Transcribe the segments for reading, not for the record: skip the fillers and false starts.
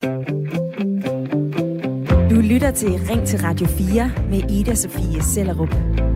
Du lytter til Ring til Radio 4 med Ida Sofie Sellerup.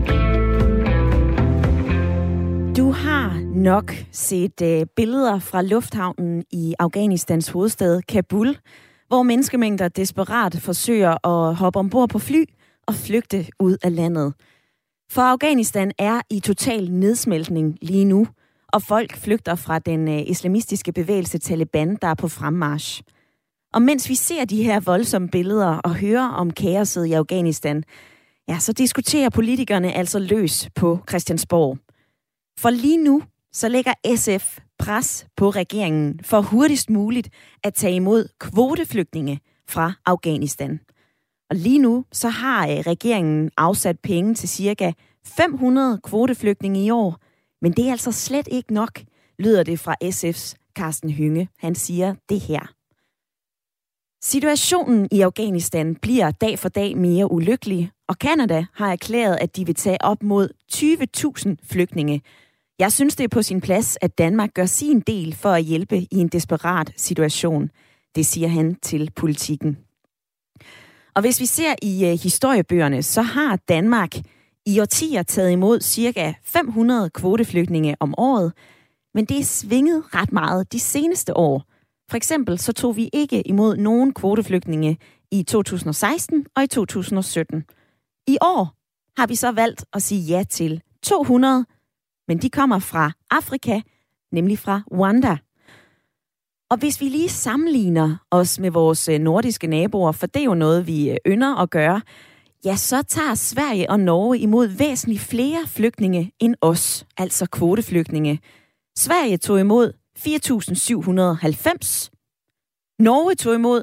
Du har nok set billeder fra lufthavnen i Afghanistans hovedstad Kabul, hvor menneskemængder desperat forsøger at hoppe ombord på fly og flygte ud af landet. For Afghanistan er i total nedsmeltning lige nu, og folk flygter fra den islamistiske bevægelse Taliban, der er på fremmarch. Og mens vi ser de her voldsomme billeder og hører om kaoset i Afghanistan, ja, så diskuterer politikerne altså løs på Christiansborg. For lige nu, så lægger SF pres på regeringen for hurtigst muligt at tage imod kvoteflygtninge fra Afghanistan. Og lige nu, så har regeringen afsat penge til cirka 500 kvoteflygtninge i år, men det er altså slet ikke nok, lyder det fra SF's Karsten Hønge. Han siger det her. Situationen i Afghanistan bliver dag for dag mere ulykkelig, og Canada har erklæret, at de vil tage op mod 20.000 flygtninge. Jeg synes, det er på sin plads, at Danmark gør sin del for at hjælpe i en desperat situation. Det siger han til Politikken. Og hvis vi ser i historiebøgerne, så har Danmark i årtier taget imod ca. 500 kvoteflygtninge om året, men det er svinget ret meget de seneste år. For eksempel så tog vi ikke imod nogen kvoteflygtninge i 2016 og i 2017. I år har vi så valgt at sige ja til 200, men de kommer fra Afrika, nemlig fra Rwanda. Og hvis vi lige sammenligner os med vores nordiske naboer, for det er jo noget, vi ynder at gøre, ja, så tager Sverige og Norge imod væsentligt flere flygtninge end os, altså kvoteflygtninge. Sverige tog imod 4.790. Norge tog imod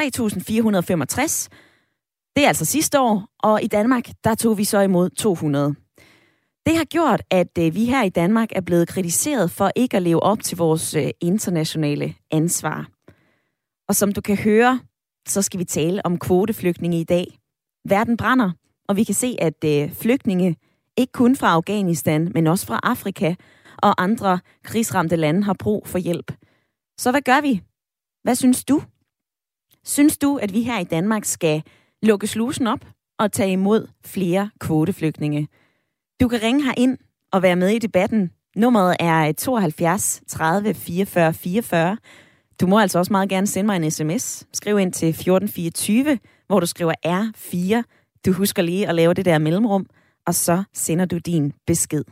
3.465. Det er altså sidste år, og i Danmark, der tog vi så imod 200. Det har gjort, at vi her i Danmark er blevet kritiseret for ikke at leve op til vores internationale ansvar. Og som du kan høre, så skal vi tale om kvoteflygtninge i dag. Verden brænder, og vi kan se, at flygtninge, ikke kun fra Afghanistan, men også fra Afrika og andre krigsramte lande, har brug for hjælp. Så hvad gør vi? Hvad synes du? Synes du, at vi her i Danmark skal lukke slusen op og tage imod flere kvoteflygtninge? Du kan ringe her ind og være med i debatten. Nummeret er 72 30 44 44. Du må altså også meget gerne sende mig en sms. Skriv ind til 1424, hvor du skriver R4. Du husker lige at lave det der mellemrum, og så sender du din besked.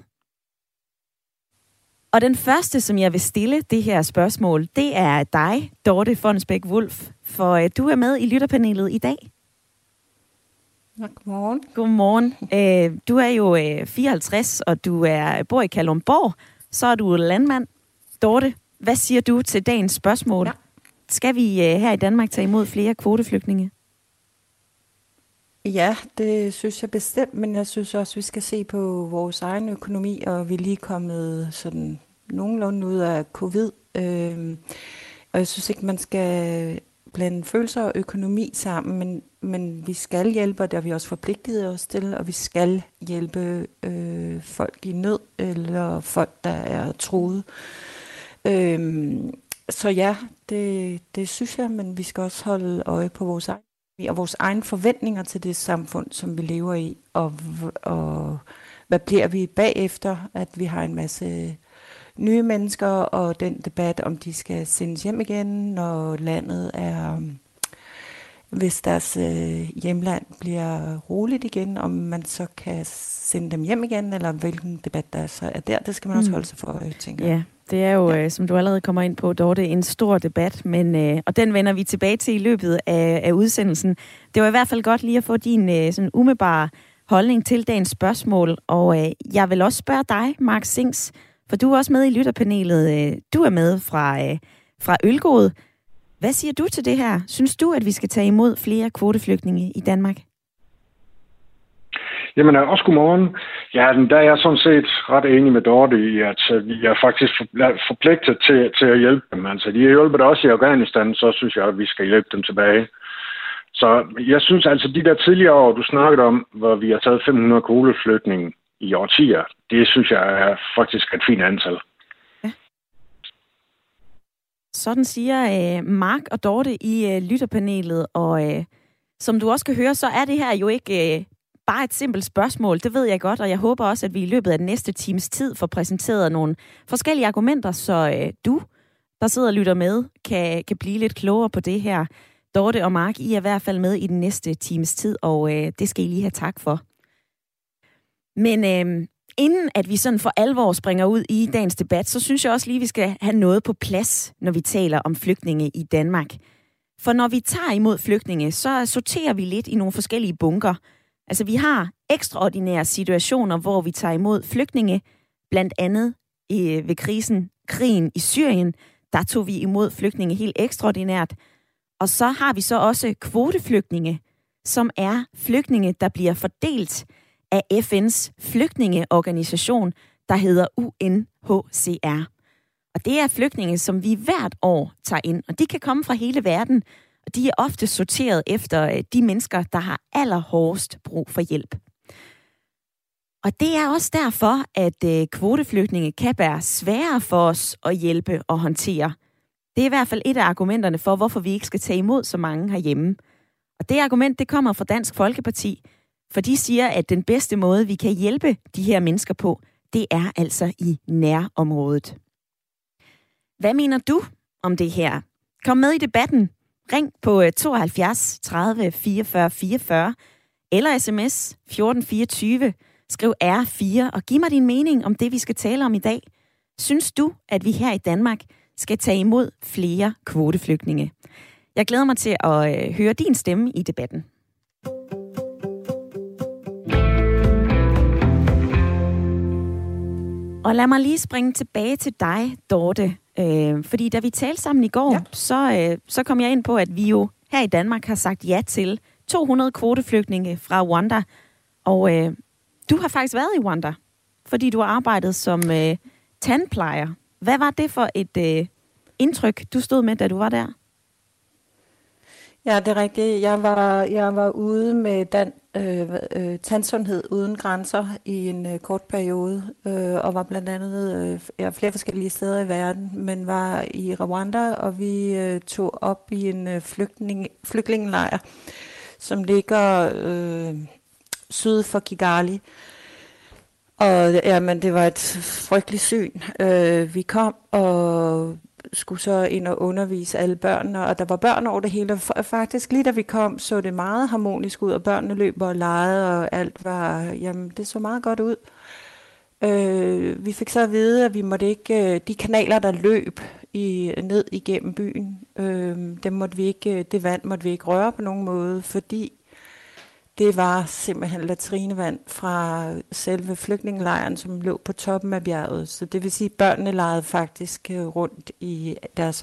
Og den første, som jeg vil stille det her spørgsmål, det er dig, Dorte Fonsbæk Wulff, for du er med i lytterpanelet i dag. Ja, godmorgen. Godmorgen. Du er jo 54, og du bor i Kalundborg. Så er du landmand. Dorte, hvad siger du til dagens spørgsmål? Ja. Skal vi her i Danmark tage imod flere kvoteflygtninge? Ja, det synes jeg bestemt, men jeg synes også, vi skal se på vores egen økonomi, og vi er lige kommet sådan nogenlunde ud af covid. Og jeg synes ikke, man skal blande følelser og økonomi sammen, men vi skal hjælpe, og det har vi også forpligtet os til, og vi skal hjælpe folk i nød, eller folk, der er truet. Så ja, det synes jeg, men vi skal også holde øje på vores egen og vores egne forventninger til det samfund, som vi lever i, og hvad bliver vi bagefter, at vi har en masse nye mennesker, og den debat, om de skal sendes hjem igen, når landet er, hvis deres hjemland bliver roligt igen, om man så kan sende dem hjem igen, eller hvilken debat der så er der, det skal man også holde sig for, tænker jeg. Ja. Det er jo, som du allerede kommer ind på, Dorte, en stor debat, og den vender vi tilbage til i løbet af udsendelsen. Det var i hvert fald godt lige at få din sådan umiddelbare holdning til dagens spørgsmål, og jeg vil også spørge dig, Mark Sings, for du er også med i lytterpanelet. Du er med fra Ølgod. Hvad siger du til det her? Synes du, at vi skal tage imod flere kvoteflygtninge i Danmark? Jamen også godmorgen. Ja, der er jeg sådan set ret enig med Dorte i, at vi er faktisk forpligtet til at hjælpe dem. Altså, de har hjulpet os i Afghanistan, så synes jeg, at vi skal hjælpe dem tilbage. Så jeg synes altså, de der tidligere år, du snakkede om, hvor vi har taget 500 kvoteflygtninge i årtier, det synes jeg er faktisk et fint antal. Ja. Sådan siger Mark og Dorte i lytterpanelet, og som du også kan høre, så er det her jo ikke bare et simpelt spørgsmål. Det ved jeg godt, og jeg håber også, at vi i løbet af den næste times tid får præsenteret nogle forskellige argumenter, så du, der sidder og lytter med, kan blive lidt klogere på det her. Dorte og Mark, I er i hvert fald med i den næste times tid, og det skal I lige have tak for. Men inden at vi sådan for alvor springer ud i dagens debat, så synes jeg også lige, vi skal have noget på plads, når vi taler om flygtninge i Danmark. For når vi tager imod flygtninge, så sorterer vi lidt i nogle forskellige bunker. Altså vi har ekstraordinære situationer, hvor vi tager imod flygtninge, blandt andet ved krigen i Syrien, der tog vi imod flygtninge helt ekstraordinært. Og så har vi så også kvoteflygtninge, som er flygtninge, der bliver fordelt af FN's flygtningeorganisation, der hedder UNHCR. Og det er flygtninge, som vi hvert år tager ind, og de kan komme fra hele verden, og de er ofte sorteret efter de mennesker, der har allerhårdest brug for hjælp. Og det er også derfor, at kvoteflygtninge kan være sværere for os at hjælpe og håndtere. Det er i hvert fald et af argumenterne for, hvorfor vi ikke skal tage imod så mange herhjemme. Og det argument, det kommer fra Dansk Folkeparti, for de siger, at den bedste måde, vi kan hjælpe de her mennesker på, det er altså i nærområdet. Hvad mener du om det her? Kom med i debatten. Ring på 72 30 44 44 eller sms 1424. Skriv R4 og giv mig din mening om det, vi skal tale om i dag. Synes du, at vi her i Danmark skal tage imod flere kvoteflygtninge? Jeg glæder mig til at høre din stemme i debatten. Og lad mig lige springe tilbage til dig, Dorte. Fordi da vi talte sammen i går, så kom jeg ind på, at vi jo her i Danmark har sagt ja til 200 kvoteflygtninge fra Rwanda. Og du har faktisk været i Rwanda, fordi du har arbejdet som tandplejer. Hvad var det for et indtryk, du stod med, da du var der? Ja, det er rigtigt. Jeg var ude med tandsundhed uden grænser i en kort periode, og var blandt andet flere forskellige steder i verden, men var i Rwanda, og vi tog op i en flygtningelejr, som ligger syd for Kigali. Og jamen, det var et frygteligt syn. Vi kom og skulle så ind og undervise alle børnene, og der var børn over det hele. Faktisk lige da vi kom, så det meget harmonisk ud, og børnene løb og legede, og alt var, jamen det så meget godt ud. Vi fik så at vide, at vi måtte ikke, de kanaler, der løb ned igennem byen, det vand måtte vi ikke røre på nogen måde, fordi det var simpelthen latrinevand fra selve flygtningelejren, som lå på toppen af bjerget. Så det vil sige, at børnene legede faktisk rundt i deres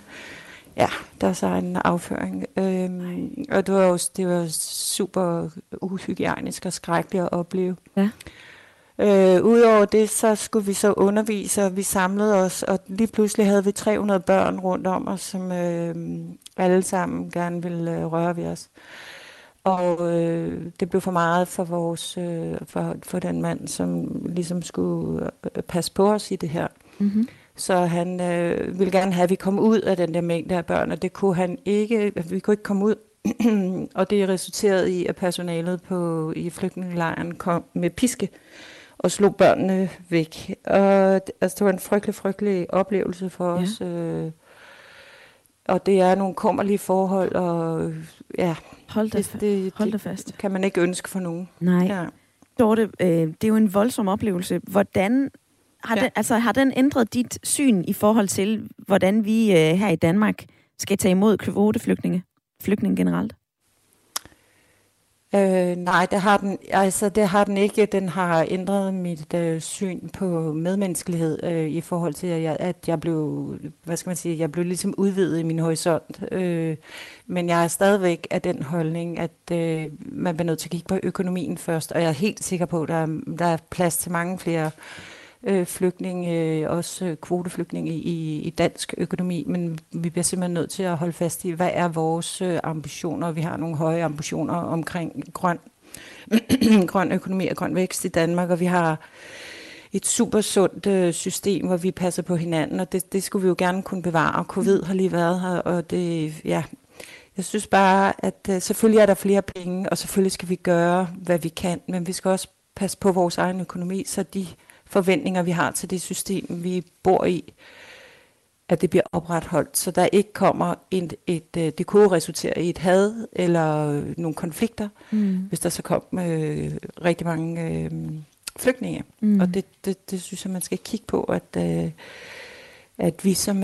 egen afføring. Og det var super uhygienisk og skrækkeligt at opleve. Ja. Udover det, så skulle vi så undervise, og vi samlede os, og lige pludselig havde vi 300 børn rundt om os, som alle sammen gerne ville røre ved os. Og det blev for meget for for den mand, som ligesom skulle passe på os i det her. Mm-hmm. Så han ville gerne have, at vi kom ud af den der mængde af børn, og det kunne han ikke. Vi kunne ikke komme ud. Og det resulterede i, at personalet i flygtningelejren kom med piske og slog børnene væk. Og altså, det var en frygtelig oplevelse for os. Og det er nogle kummerlige forhold, og ja, hold det fast. Kan man ikke ønske for nogen. Nej. Ja. Dorte, det er jo en voldsom oplevelse. Hvordan har den ændret dit syn i forhold til, hvordan vi her i Danmark skal tage imod kvoteflygtninge generelt? Nej, det har den ikke. Den har ændret mit syn på medmenneskelighed i forhold til, at jeg blev, jeg blev ligesom udvidet i min horisont. Men jeg er stadigvæk af den holdning, at man bliver nødt til at kigge på økonomien først, og jeg er helt sikker på, at der er plads til mange flere flygtninge, også kvoteflygtninge i dansk økonomi, men vi bliver simpelthen nødt til at holde fast i, hvad er vores ambitioner. Vi har nogle høje ambitioner omkring grøn økonomi og grøn vækst i Danmark, og vi har et super sundt system, hvor vi passer på hinanden, og det skulle vi jo gerne kunne bevare. Covid har lige været her, og det, ja, jeg synes bare, at selvfølgelig er der flere penge, og selvfølgelig skal vi gøre, hvad vi kan, men vi skal også passe på vores egen økonomi, så de forventninger, vi har til det system, vi bor i, at det bliver opretholdt, så der ikke kommer det kunne resultere i et had eller nogle konflikter, hvis der så kom rigtig mange flygtninge. Og det synes jeg, man skal kigge på, at vi som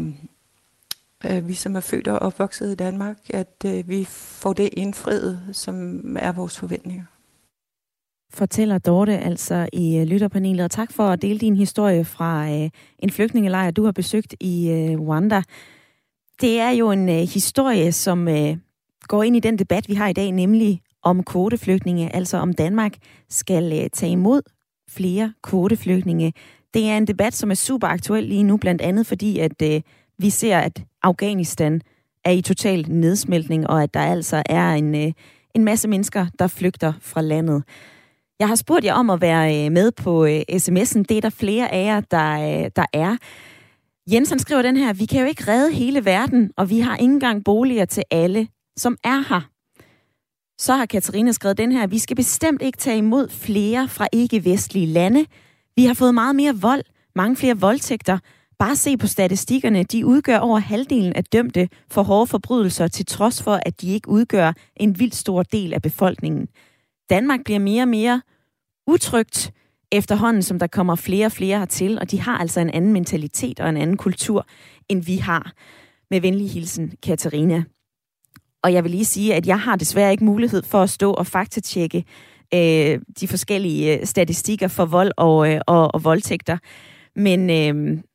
er født og opvokset i Danmark, at vi får det indfriet, som er vores forventninger. Fortæller Dorte altså i lytterpanelet, og tak for at dele din historie fra en flygtningelejr, du har besøgt i Rwanda. Det er jo en historie, som går ind i den debat, vi har i dag, nemlig om kvoteflygtninge, altså om Danmark skal tage imod flere kvoteflygtninge. Det er en debat, som er super aktuel lige nu, blandt andet fordi, at vi ser, at Afghanistan er i total nedsmeltning, og at der altså er en masse mennesker, der flygter fra landet. Jeg har spurgt jer om at være med på sms'en. Det er der flere af jer, der er. Jensen skriver den her: vi kan jo ikke redde hele verden, og vi har ikke engang boliger til alle, som er her. Så har Katarina skrevet den her: vi skal bestemt ikke tage imod flere fra ikke-vestlige lande. Vi har fået meget mere vold, mange flere voldtægter. Bare se på statistikkerne, de udgør over halvdelen af dømte for hårde forbrydelser, til trods for, at de ikke udgør en vildt stor del af befolkningen. Danmark bliver mere og mere utrygt efterhånden, som der kommer flere og flere hertil, og de har altså en anden mentalitet og en anden kultur, end vi har. Med venlig hilsen, Katarina. Og jeg vil lige sige, at jeg har desværre ikke mulighed for at stå og faktatjekke de forskellige statistikker for vold og voldtægter. Men,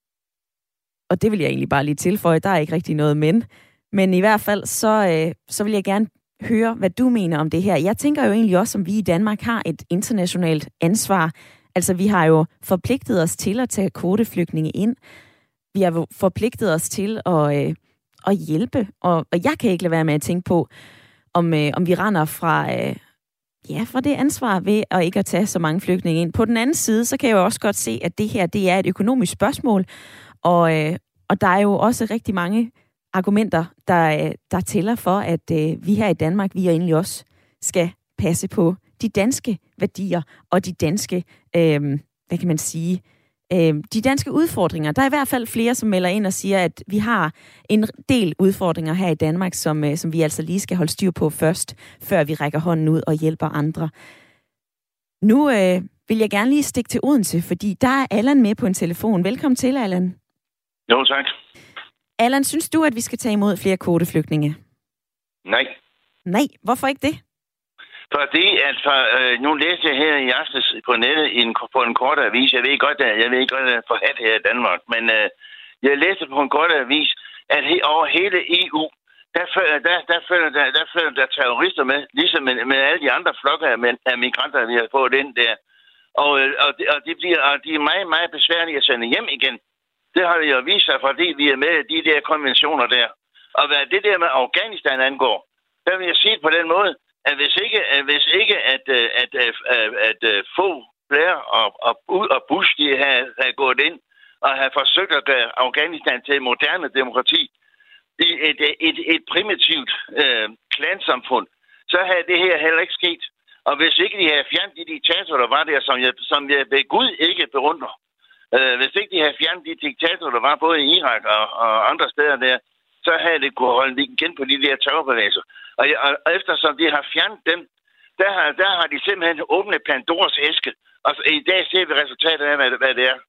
og det vil jeg egentlig bare lige tilføje, der er ikke rigtig noget men i hvert fald, så vil jeg gerne høre, hvad du mener om det her. Jeg tænker jo egentlig også, om vi i Danmark har et internationalt ansvar. Altså, vi har jo forpligtet os til at tage kvoteflygtninge ind. Vi har jo forpligtet os til at hjælpe. Og jeg kan ikke lade være med at tænke på, om vi render fra det ansvar ved at ikke at tage så mange flygtninge ind. På den anden side, så kan jeg jo også godt se, at det her, det er et økonomisk spørgsmål. Og der er jo også rigtig mange argumenter, der tæller for, at vi her i Danmark, vi egentlig også skal passe på de danske værdier og de danske, hvad kan man sige, de danske udfordringer. Der er i hvert fald flere, som melder ind og siger, at vi har en del udfordringer her i Danmark, som vi altså lige skal holde styr på først, før vi rækker hånden ud og hjælper andre. Nu vil jeg gerne lige stikke til Odense, fordi der er Allan med på en telefon. Velkommen til, Allan. Jo, tak. Allan, synes du, at vi skal tage imod flere kvoteflygtninge? Nej. Nej, hvorfor ikke det? Fordi, nu læste jeg her i aftes på nettet på en kort avis. Jeg ved ikke godt, at det er forhat her i Danmark, men jeg læste på en kort avis, at over hele EU, der følger der terrorister med, ligesom med alle de andre flokke af migranter, vi har fået ind der. Og de er meget, meget besværlige at sende hjem igen. Det har det jo vist sig, fordi vi er med i de der konventioner der. Og hvad det der med Afghanistan angår, der vil jeg sige på den måde, at hvis ikke at få Blair og Bush, de havde gået ind og havde forsøgt at gøre Afghanistan til et moderne demokrati, et primitivt klansamfund, så havde det her heller ikke sket. Og hvis ikke de havde fjernet de diktatorer, der var der, som jeg ved Gud ikke beundrer, hvis ikke de havde fjernet de diktatorer, der var både i Irak og andre steder der, så havde det kunne holde igen på de der terrorbevægelser. Og eftersom de har fjernet dem, der har de simpelthen åbnet Pandoras æske. Og i dag ser vi resultatet af, hvad det er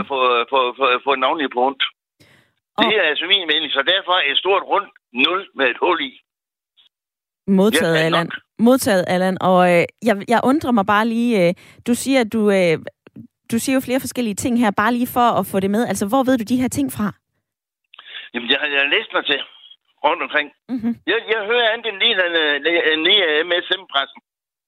på den ordentlige punkt. Det er altså min mening, så derfor er et stort rundt 0 med et hul i. Modtaget, Allan. Modtaget, Allan. Og jeg undrer mig bare lige, du siger, at du siger jo flere forskellige ting her, bare lige for at få det med. Altså, hvor ved du de her ting fra? Jamen, jeg har læst mig til rundt omkring. Mm-hmm. Jeg hører andet lige MSM-pressen.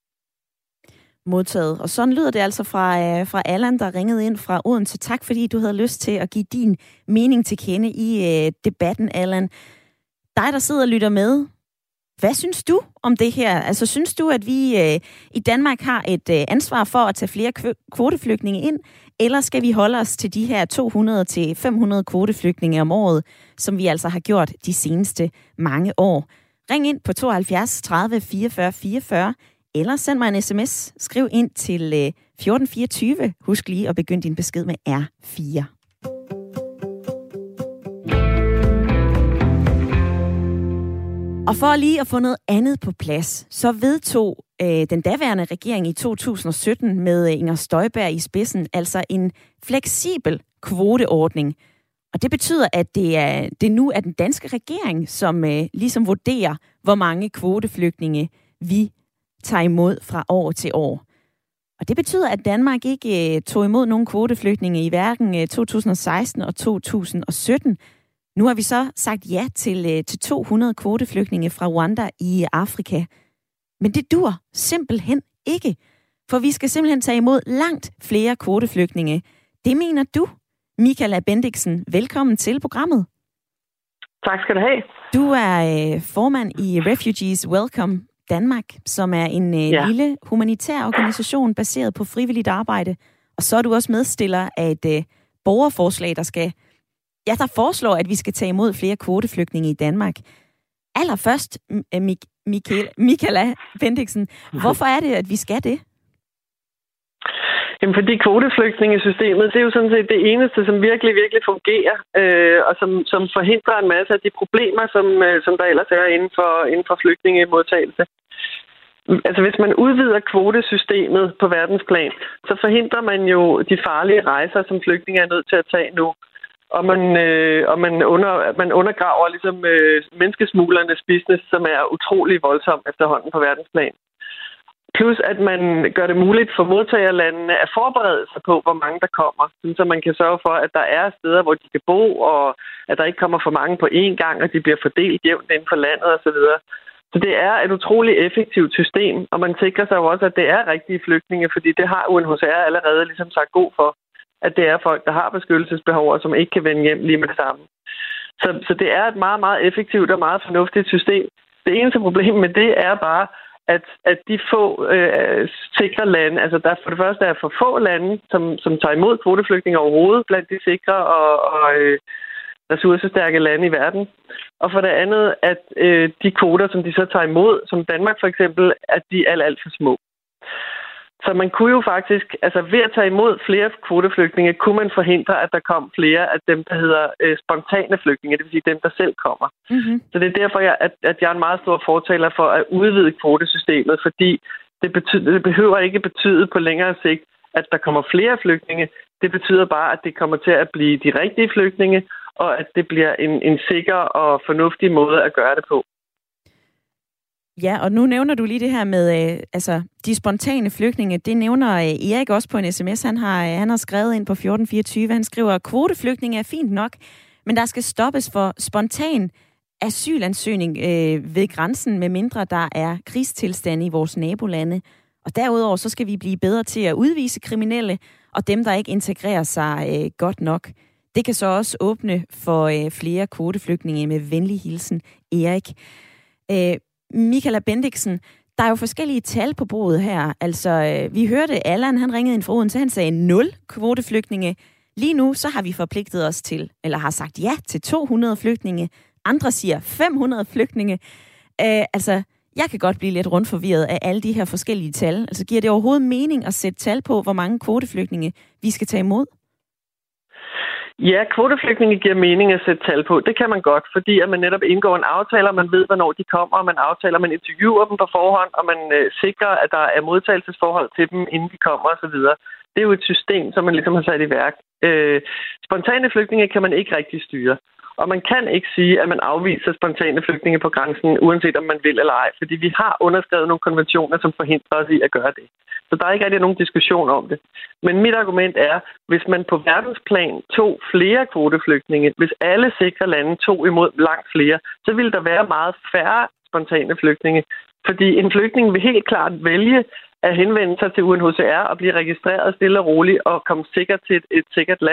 Modtaget. Og sådan lyder det altså fra Allan, der ringede ind fra Odense. Tak, fordi du havde lyst til at give din mening til kende i debatten, Allan. Dig, der sidder og lytter med, Hvad synes du om det her? Altså, synes du, at vi i Danmark har et ansvar for at tage flere kvoteflygtninge ind, eller skal vi holde os til de her 200-500 kvoteflygtninge om året, som vi altså har gjort de seneste mange år? Ring ind på 72 30 44 44, eller send mig en sms. Skriv ind til 1424. Husk lige at begynde din besked med R4. Og for lige at få noget andet på plads, så vedtog den daværende regering i 2017 med Inger Støjberg i spidsen altså en fleksibel kvoteordning. Og det betyder, at det nu er den danske regering, som ligesom vurderer, hvor mange kvoteflygtninge vi tager imod fra år til år. Og det betyder, at Danmark ikke tog imod nogen kvoteflygtninge i hverken 2016 og 2017. Nu har vi så sagt ja til 200 kvoteflygtninge fra Rwanda i Afrika. Men det dur simpelthen ikke. For vi skal simpelthen tage imod langt flere kvoteflygtninge. Det mener du, Michaela Bendixen. Velkommen til programmet. Tak skal du have. Du er formand i Refugees Welcome Danmark, som er en lille humanitær organisation baseret på frivilligt arbejde. Og så er du også medstiller af et borgerforslag, der foreslår, at vi skal tage imod flere kvoteflygtninge i Danmark. Allerførst, Michaela Bendixen, hvorfor er det, at vi skal det? Jamen, fordi kvoteflygtningesystemet, det er jo sådan set det eneste, som virkelig, virkelig fungerer, og som forhindrer en masse af de problemer, som der ellers er inden for flygtningemodtagelse. Altså, hvis man udvider kvotesystemet på verdensplan, så forhindrer man jo de farlige rejser, som flygtninge er nødt til at tage nu. Og man undergraver ligesom menneskesmuglernes business, som er utrolig voldsom efterhånden på verdensplan. Plus at man gør det muligt for modtagerlandene at forberede sig på, hvor mange der kommer. Så man kan sørge for, at der er steder, hvor de kan bo, og at der ikke kommer for mange på én gang, og de bliver fordelt jævnt inden for landet osv. Så det er et utroligt effektivt system, og man sikrer sig jo også, at det er rigtige flygtninge, fordi det har UNHCR allerede ligesom sagt god for, at det er folk, der har beskyttelsesbehov, og som ikke kan vende hjem lige med det samme. Så det er et meget, meget effektivt og meget fornuftigt system. Det eneste problem med det er bare, at de få sikre lande, altså der for det første er for få lande, som tager imod kvoteflygtninge overhovedet blandt de sikre og ressourcestærke lande i verden. Og for det andet, at de kvoter, som de så tager imod, som Danmark for eksempel, at de er alt for små. Så man kunne jo faktisk, altså ved at tage imod flere kvoteflygtninge, kunne man forhindre, at der kom flere af dem, der hedder spontane flygtninge, det vil sige dem, der selv kommer. Mm-hmm. Så det er derfor, at jeg er en meget stor fortaler for at udvide kvotesystemet, fordi det behøver ikke betyde på længere sigt, at der kommer flere flygtninge. Det betyder bare, at det kommer til at blive de rigtige flygtninge, og at det bliver en sikker og fornuftig måde at gøre det på. Ja, og nu nævner du lige det her med de spontane flygtninge. Det nævner Erik også på en sms. Han har skrevet ind på 1424. Han skriver, at kvoteflygtninge er fint nok, men der skal stoppes for spontan asylansøgning ved grænsen, med mindre der er krigstilstande i vores nabolande. Og derudover så skal vi blive bedre til at udvise kriminelle og dem, der ikke integrerer sig godt nok. Det kan så også åbne for flere kvoteflygtninge med venlig hilsen, Erik. Michaela Bendixen, der er jo forskellige tal på bordet her. Altså, vi hørte Allan, han ringede ind fra Odense, han sagde 0 kvoteflygtninge. Lige nu, så har vi forpligtet os til, eller har sagt ja til 200 flygtninge. Andre siger 500 flygtninge. Jeg kan godt blive lidt rundt forvirret af alle de her forskellige tal. Altså, giver det overhovedet mening at sætte tal på, hvor mange kvoteflygtninge vi skal tage imod? Ja, kvoteflygtninge giver mening at sætte tal på. Det kan man godt, fordi at man netop indgår en aftale, og man ved, hvornår de kommer, og man aftaler, man interviewer dem på forhånd, og man sikrer, at der er modtagelsesforhold til dem, inden de kommer osv. Det er jo et system, som man ligesom har sat i værk. Spontane flygtninge kan man ikke rigtig styre. Og man kan ikke sige, at man afviser spontane flygtninge på grænsen, uanset om man vil eller ej. Fordi vi har underskrevet nogle konventioner, som forhindrer os i at gøre det. Så der er ikke rigtig nogen diskussion om det. Men mit argument er, hvis man på verdensplan tog flere kvoteflygtninge, hvis alle sikre lande tog imod langt flere, så ville der være meget færre spontane flygtninge. Fordi en flygtning vil helt klart vælge at henvende sig til UNHCR og blive registreret stille og roligt og komme sikkert til et sikkert land,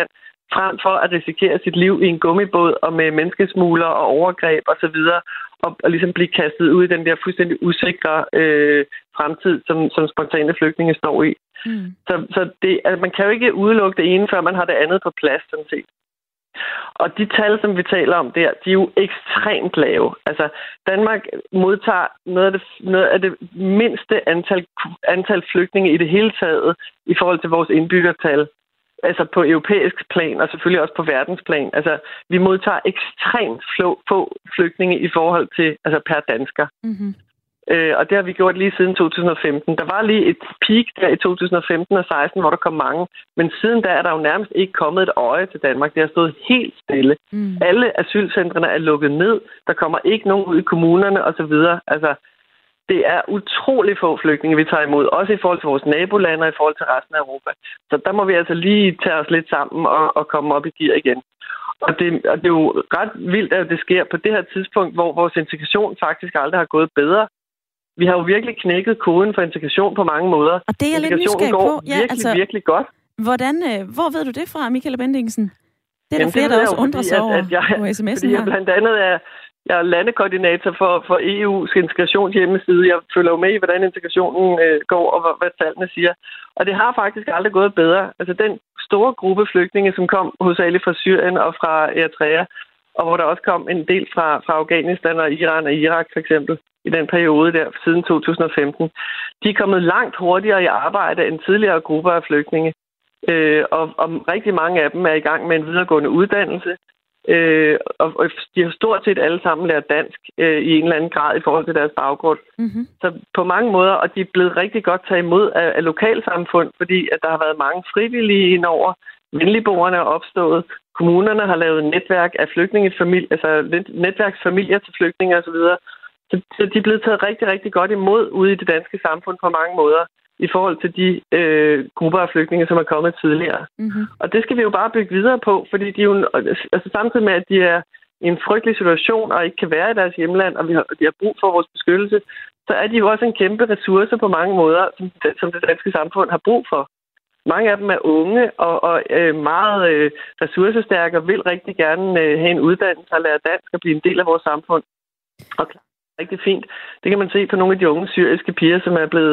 frem for at risikere sit liv i en gummibåd og med menneskesmugler og overgreb osv., og ligesom blive kastet ud i den der fuldstændig usikre fremtid, som spontane flygtninge står i. Så det, altså, man kan jo ikke udelukke det ene, før man har det andet på plads, sådan set. Og de tal, som vi taler om der, de er jo ekstremt lave. Altså, Danmark modtager noget af det mindste antal flygtninge i det hele taget i forhold til vores indbyggertal. Altså på europæisk plan, og selvfølgelig også på verdensplan. Altså, vi modtager ekstremt få flygtninge i forhold til, altså per dansker. Mm-hmm. Og det har vi gjort lige siden 2015. Der var lige et peak der i 2015 og 16, hvor der kom mange. Men siden da er der jo nærmest ikke kommet et øje til Danmark. Det har stået helt stille. Alle asylcentrene er lukket ned. Der kommer ikke nogen ud i kommunerne osv. Altså, det er utrolig få flygtninge, vi tager imod. Også i forhold til vores nabolande og i forhold til resten af Europa. Så der må vi altså lige tage os lidt sammen og komme op i gear igen. Og det er jo ret vildt, at det sker på det her tidspunkt, hvor vores integration faktisk aldrig har gået bedre. Vi har jo virkelig knækket koden for integration på mange måder. Og det er jeg lidt nysgerrig på. Ja, virkelig godt. Hvor ved du det fra, Michael Bendiksen? Det er der flere, der også undrer sig over på sms'en her. Blandt andet jeg er landekoordinator for EU's integrationshjemmeside. Jeg følger jo med i, hvordan integrationen går, og hvad tallene siger. Og det har faktisk aldrig gået bedre. Altså den store gruppe flygtninge, som kom hovedsageligt fra Syrien og fra Eritrea, og hvor der også kom en del fra Afghanistan og Iran og Irak for eksempel, i den periode der siden 2015. De er kommet langt hurtigere i arbejde end tidligere grupper af flygtninge. Og rigtig mange af dem er i gang med en videregående uddannelse. Og de har stort set alle sammen lært dansk i en eller anden grad i forhold til deres baggrund. Mm-hmm. Så på mange måder, og de er blevet rigtig godt taget imod af lokalsamfund, fordi at der har været mange frivillige indover. Venligboerne er opstået. Kommunerne har lavet netværk af flygtningefamilier, altså netværksfamilier til flygtninge osv. Så de er blevet taget rigtig, rigtig godt imod ude i det danske samfund på mange måder i forhold til de grupper af flygtninge, som er kommet tidligere. Mm-hmm. Og det skal vi jo bare bygge videre på, fordi de jo, altså samtidig med, at de er i en frygtelig situation og ikke kan være i deres hjemland, og de har brug for vores beskyttelse, så er de jo også en kæmpe ressource på mange måder, som det danske samfund har brug for. Mange af dem er unge og meget ressourcestærke og vil rigtig gerne have en uddannelse og lære dansk og blive en del af vores samfund. Og klar, rigtig fint. Det kan man se på nogle af de unge syriske piger,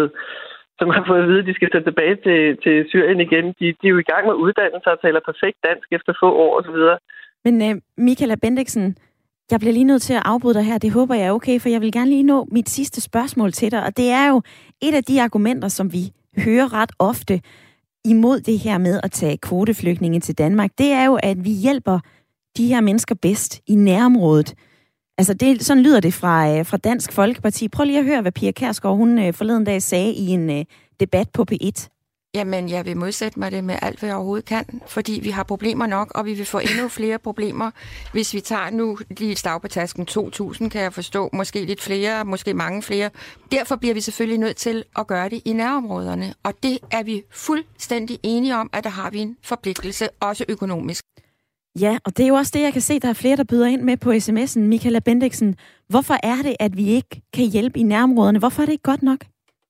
som har fået at vide, at de skal tage tilbage til Syrien igen. De er jo i gang med uddannelse og taler perfekt dansk efter få år osv. Men Michael Bendiksen, jeg bliver lige nødt til at afbryde dig her. Det håber jeg er okay, for jeg vil gerne lige nå mit sidste spørgsmål til dig. Og det er jo et af de argumenter, som vi hører ret ofte imod det her med at tage kvoteflygtninge til Danmark. Det er jo, at vi hjælper de her mennesker bedst i nærområdet. Altså, sådan lyder det fra Dansk Folkeparti. Prøv lige at høre, hvad Pia Kjærsgaard, hun forleden dag sagde i en debat på P1. Jamen, jeg vil modsætte mig det med alt, hvad jeg overhovedet kan, fordi vi har problemer nok, og vi vil få endnu flere problemer, hvis vi tager nu lige et slag på tasken 2.000, kan jeg forstå, måske lidt flere, måske mange flere. Derfor bliver vi selvfølgelig nødt til at gøre det i nærområderne, og det er vi fuldstændig enige om, at der har vi en forpligtelse, også økonomisk. Ja, og det er jo også det, jeg kan se, der er flere, der byder ind med på sms'en. Michael Bendiksen, hvorfor er det, at vi ikke kan hjælpe i nærområderne? Hvorfor er det ikke godt nok?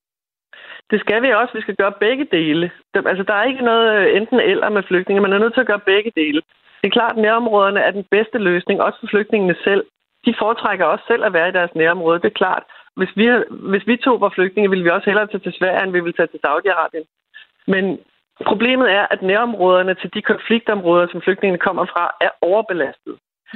Det skal vi også. Vi skal gøre begge dele. Altså, der er ikke noget enten eller med flygtninge. Man er nødt til at gøre begge dele. Det er klart, at nærområderne er den bedste løsning, også for flygtningene selv. De foretrækker også selv at være i deres nærområde, det er klart. Hvis vi to var flygtninge, ville vi også hellere tage til Sverige, end vi ville tage til Saudi-Arabien. Men problemet er, at nærområderne til de konfliktområder, som flygtningene kommer fra, er overbelastet.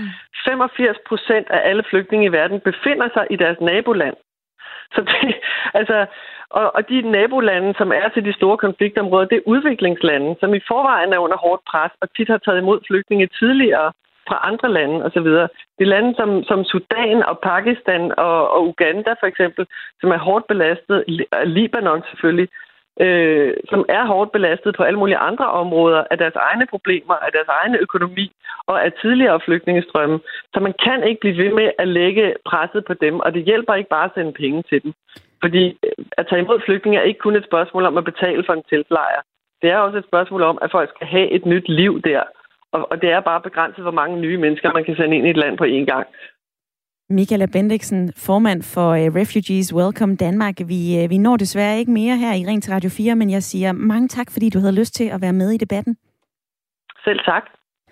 85% af alle flygtninge i verden befinder sig i deres naboland. Så det, altså, og de nabolande, som er til de store konfliktområder, det er udviklingslande, som i forvejen er under hårdt pres, og tit har taget imod flygtninge tidligere fra andre lande osv. Det er lande som Sudan og Pakistan og Uganda for eksempel, som er hårdt belastet, Libanon selvfølgelig, som er hårdt belastet på alle mulige andre områder af deres egne problemer, af deres egen økonomi og af tidligere flygtningestrømme. Så man kan ikke blive ved med at lægge presset på dem, og det hjælper ikke bare at sende penge til dem. Fordi at tage imod flygtninge er ikke kun et spørgsmål om at betale for en teltlejr. Det er også et spørgsmål om, at folk skal have et nyt liv der. Og det er bare begrænset, hvor mange nye mennesker man kan sende ind i et land på én gang. Michael Bendiksen, formand for Refugees Welcome Danmark. Vi når desværre ikke mere her i Ring til Radio 4, men jeg siger mange tak, fordi du havde lyst til at være med i debatten. Selv tak.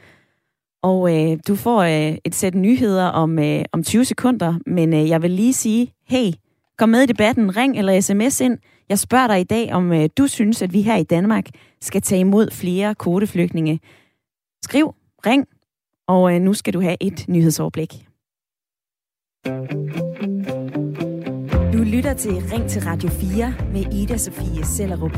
Og du får et sæt nyheder om 20 sekunder, men jeg vil lige sige, hey, kom med i debatten, ring eller sms ind. Jeg spørger dig i dag, om du synes, at vi her i Danmark skal tage imod flere kvoteflygtninge. Skriv, ring, og nu skal du have et nyhedsoverblik. Du lytter til Ring til Radio 4 med Ida Sofie Sellerup.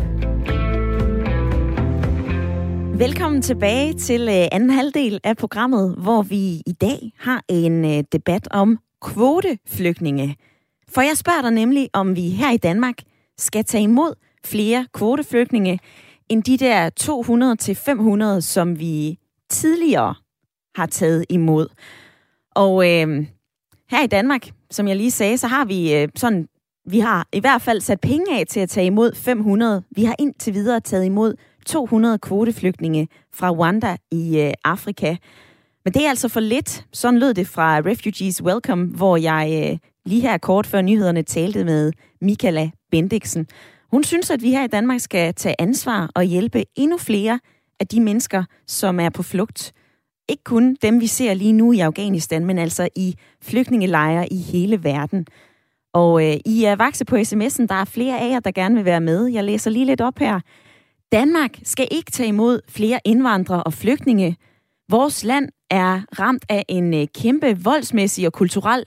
Velkommen tilbage til anden halvdel af programmet, hvor vi i dag har en debat om kvoteflygtninge. For jeg spørger dig nemlig, om vi her i Danmark skal tage imod flere kvoteflygtninge end de der 200-500, som vi tidligere har taget imod. Og her i Danmark, som jeg lige sagde, så har vi har i hvert fald sat penge af til at tage imod 500. Vi har indtil videre taget imod 200 kvoteflygtninge fra Rwanda i Afrika. Men det er altså for lidt. Sådan lød det fra Refugees Welcome, hvor jeg lige her kort før nyhederne talte med Michaela Bendiksen. Hun synes, at vi her i Danmark skal tage ansvar og hjælpe endnu flere af de mennesker, som er på flugt. Ikke kun dem, vi ser lige nu i Afghanistan, men altså i flygtningelejre i hele verden. Og I er vakse på sms'en. Der er flere af jer, der gerne vil være med. Jeg læser lige lidt op her. Danmark skal ikke tage imod flere indvandrere og flygtninge. Vores land er ramt af en kæmpe voldsmæssig og kulturel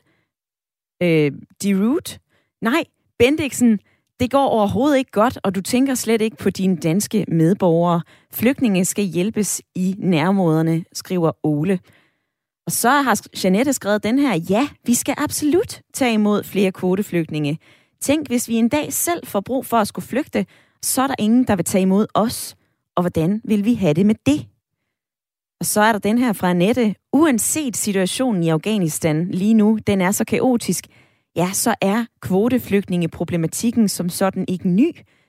deroute. Nej, Bendiksen, det går overhovedet ikke godt, og du tænker slet ikke på dine danske medborgere. Flygtninge skal hjælpes i nærområderne, skriver Ole. Og så har Jeanette skrevet den her, ja, vi skal absolut tage imod flere kvoteflygtninge. Tænk, hvis vi en dag selv får brug for at skulle flygte, så er der ingen, der vil tage imod os. Og hvordan vil vi have det med det? Og så er der den her fra Annette. Uanset situationen i Afghanistan lige nu, den er så kaotisk, ja, så er kvoteflygtningeproblematikken som sådan ikke ny.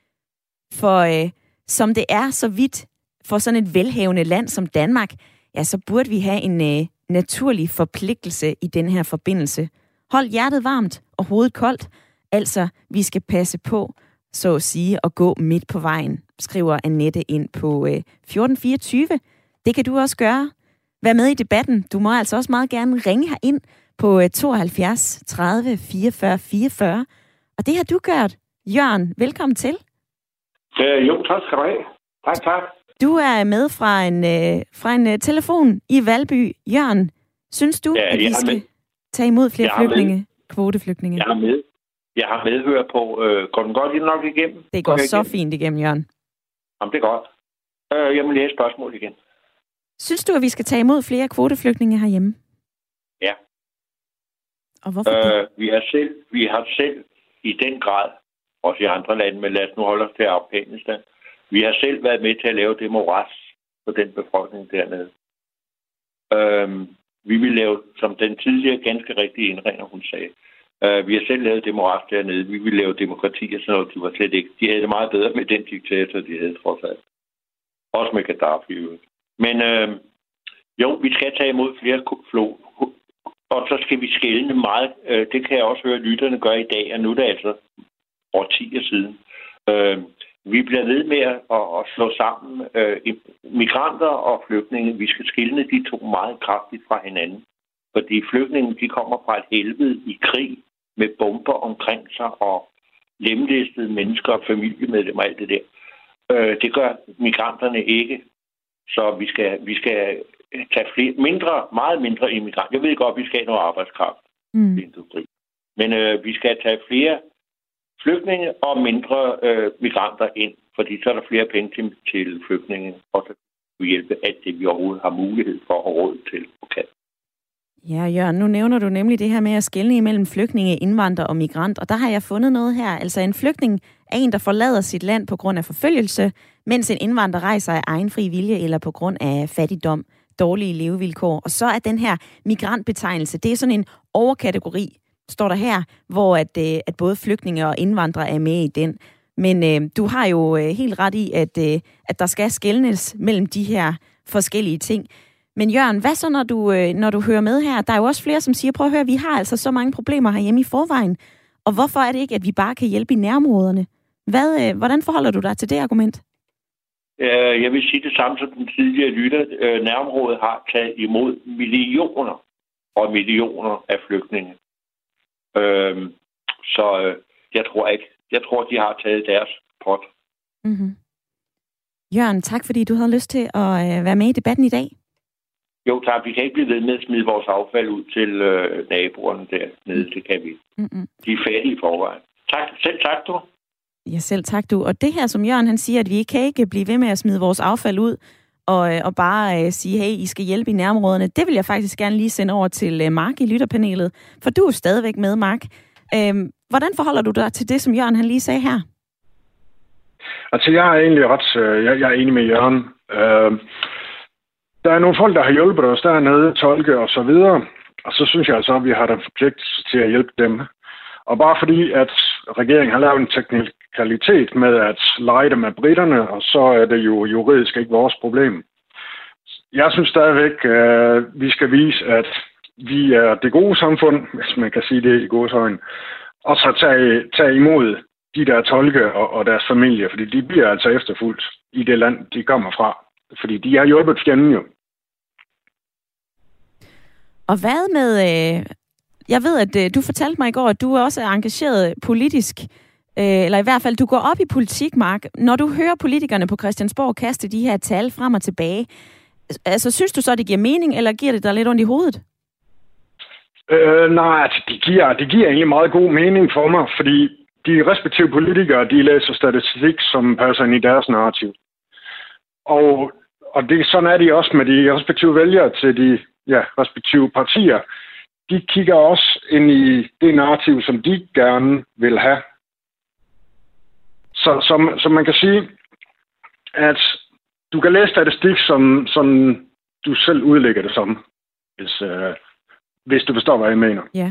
For som det er så vidt for sådan et velhavende land som Danmark, ja, så burde vi have en naturlig forpligtelse i den her forbindelse. Hold hjertet varmt og hovedet koldt. Altså, vi skal passe på, så at sige, at gå midt på vejen, skriver Annette ind på 1424. Det kan du også gøre. Vær med i debatten. Du må altså også meget gerne ringe herind på 72 30 44 44. Og det har du gjort. Jørgen, velkommen til. Jo, tak skal du have. Tak. Du er med fra en telefon i Valby. Jørgen, synes du, at vi skal tage imod flere flygtninge, kvoteflygtninge? Jeg har medhør på. Går den godt nok igennem? Det går så fint igennem, Jørgen. Jamen, det er godt. Jeg må læse spørgsmål igen. Synes du, at vi skal tage imod flere kvoteflygtninge herhjemme? Ja. Og hvorfor det? Vi har selv i den grad, også i andre lande, men lad os nu holde os til Afghanistan, vi har selv været med til at lave det moras for den befolkning dernede. Vi vil lave, som den tidligere ganske rigtige indringer, hun sagde, vi har selv lavet det moras dernede. Vi vil lave demokrati og sådan noget. De var slet ikke. De havde det meget bedre med den diktator, de havde trods alt. Også med Gaddafi. Men jo, vi skal tage imod flere og så skal vi skelne meget. Det kan jeg også høre, lytterne gøre i dag, og nu er det altså årtier siden. Vi bliver ved med at slå sammen migranter og flygtninge. Vi skal skelne de to meget kraftigt fra hinanden. Fordi flygtninge, de kommer fra et helvede i krig med bomber omkring sig og lemlæstede mennesker og familiemedlemmer og alt det der. Det gør migranterne ikke. Så vi skal tage meget mindre immigranter. Jeg ved godt, at vi skal have noget arbejdskraft i industri. Men vi skal tage flere flygtninge og mindre migranter ind, fordi så er der flere penge til flygtninge, og så kan vi hjælpe alt det, vi overhovedet har mulighed for at råd til. Okay. Ja, Jørgen, nu nævner du nemlig det her med at skelne imellem flygtninge, indvandrere og migrant, og der har jeg fundet noget her. Altså en flygtning er en, der forlader sit land på grund af forfølgelse, mens en indvandrer rejser af egen fri vilje eller på grund af fattigdom, dårlige levevilkår. Og så er den her migrantbetegnelse, det er sådan en overkategori, står der her, hvor at både flygtninge og indvandrere er med i den. Men du har jo helt ret i, at der skal skelnes mellem de her forskellige ting. Men Jørgen, hvad så, når du hører med her? Der er jo også flere, som siger, prøv at høre, vi har altså så mange problemer herhjemme i forvejen. Og hvorfor er det ikke, at vi bare kan hjælpe i nærområderne? Hvordan forholder du dig til det argument? Jeg vil sige det samme som den tidligere lytter. Nærområdet har taget imod millioner og millioner af flygtninge. Så jeg tror ikke. Jeg tror, de har taget deres pot. Mm-hmm. Jørgen, tak fordi du havde lyst til at være med i debatten i dag. Jo tak, vi kan ikke blive ved med at smide vores affald ud til naboerne dernede. Det kan vi. Mm-hmm. De er fattige i forvejen. Tak. Selv tak, du. Ja, selv tak, du. Og det her, som Jørgen han siger, at vi kan ikke blive ved med at smide vores affald ud og bare sige, hey, I skal hjælpe i nærområderne. Det vil jeg faktisk gerne lige sende over til Mark i lytterpanelet. For du er stadigvæk med, Mark. Hvordan forholder du dig til det, som Jørgen han lige sagde her? Altså, jeg er egentlig jeg er enig med Jørgen. Der er nogle folk, der har hjulpet os dernede, tolke og så videre. Og så synes jeg altså, at vi har den forpligtelse til at hjælpe dem. Og bare fordi, at regeringen har lavet en teknikalitet med at lege dem af britterne, og så er det jo juridisk ikke vores problem. Jeg synes stadigvæk, vi skal vise, at vi er det gode samfund, hvis man kan sige det i gåseøjne, og så tage imod de der tolke og deres familie, fordi de bliver altså efterfulgt i det land, de kommer fra. Fordi de har hjulpet fjenden jo. Og hvad med... Jeg ved, at du fortalte mig i går, at du også er engageret politisk, eller i hvert fald, du går op i politik, Mark. Når du hører politikerne på Christiansborg kaste de her tal frem og tilbage, altså synes du så, det giver mening, eller giver det dig lidt ondt i hovedet? Nej, det giver egentlig meget god mening for mig, fordi de respektive politikere, de læser statistik, som passer ind i deres narrativ. Og sådan er de også med de respektive vælgere til de respektive partier. De kigger også ind i det narrativ, som de gerne vil have. Så man kan sige, at du kan læse statistik, som du selv udlægger det som, hvis du forstår, hvad jeg mener. Ja.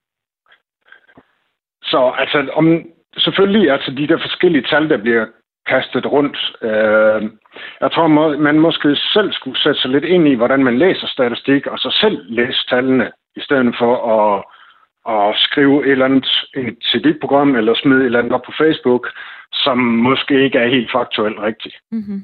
Så altså, selvfølgelig altså de der forskellige tal, der bliver kastet rundt. Jeg tror, man måske selv skulle sætte sig lidt ind i, hvordan man læser statistik, og så selv læse tallene, i stedet for at skrive et eller andet til dit program, eller smide et eller andet op på Facebook, som måske ikke er helt faktuelt rigtigt. Mm-hmm.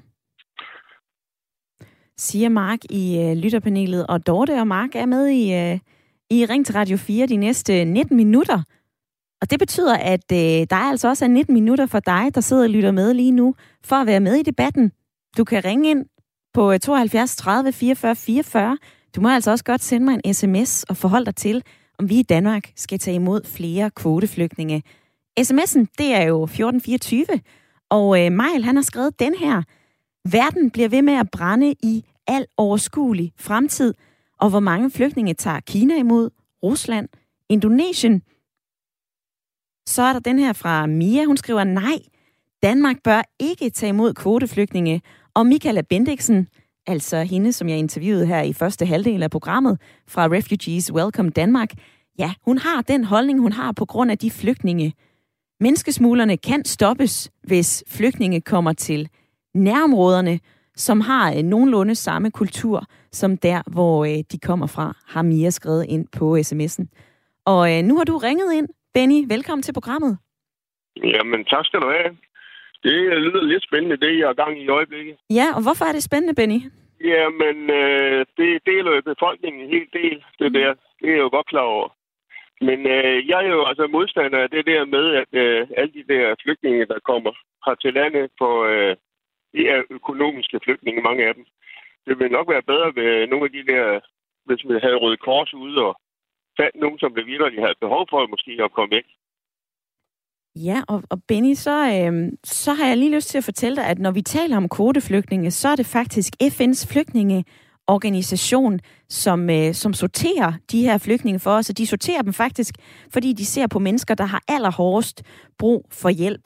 Siger Mark i lytterpanelet, og Dorte og Mark er med i Ring til Radio 4 de næste 19 minutter. Og det betyder, at der altså også er 19 minutter for dig, der sidder og lytter med lige nu, for at være med i debatten. Du kan ringe ind på 72 30 44 44. Du må altså også godt sende mig en sms og forholde dig til, om vi i Danmark skal tage imod flere kvoteflygtninge. SMS'en, det er jo 1424, og Majl, han har skrevet den her. Verden bliver ved med at brænde i al overskuelig fremtid, og hvor mange flygtninge tager Kina imod, Rusland, Indonesien. Så er der den her fra Mia, hun skriver, nej, Danmark bør ikke tage imod kvoteflygtninge. Og Michaela Bendiksen, altså hende, som jeg interviewede her i første halvdel af programmet fra Refugees Welcome Danmark, ja, hun har den holdning, hun har på grund af de flygtninge. Menneskesmuglerne kan stoppes, hvis flygtninge kommer til nærområderne, som har nogenlunde samme kultur som der, hvor de kommer fra, har Mia skrevet ind på sms'en. Og nu har du ringet ind. Benny, velkommen til programmet. Jamen, tak skal du have. Det lyder lidt spændende, det jeg er gang i øjeblikket. Ja, og hvorfor er det spændende, Benny? Jamen, det deler jo befolkningen en hel del, det der. Det er jeg jo godt klar over. Men jeg er jo altså modstander af det der med, at alle de der flygtninge, der kommer her til landet, de er økonomiske flygtninge, mange af dem. Det vil nok være bedre ved nogle af de der, hvis man havde Røde Kors ude og fandt nogen, som det virkelig havde behov for, måske at komme væk. Ja, og Benny, så har jeg lige lyst til at fortælle dig, at når vi taler om kvoteflygtninge, så er det faktisk FN's flygtningeorganisation, som sorterer de her flygtninge for os, og de sorterer dem faktisk, fordi de ser på mennesker, der har allerhårdest brug for hjælp.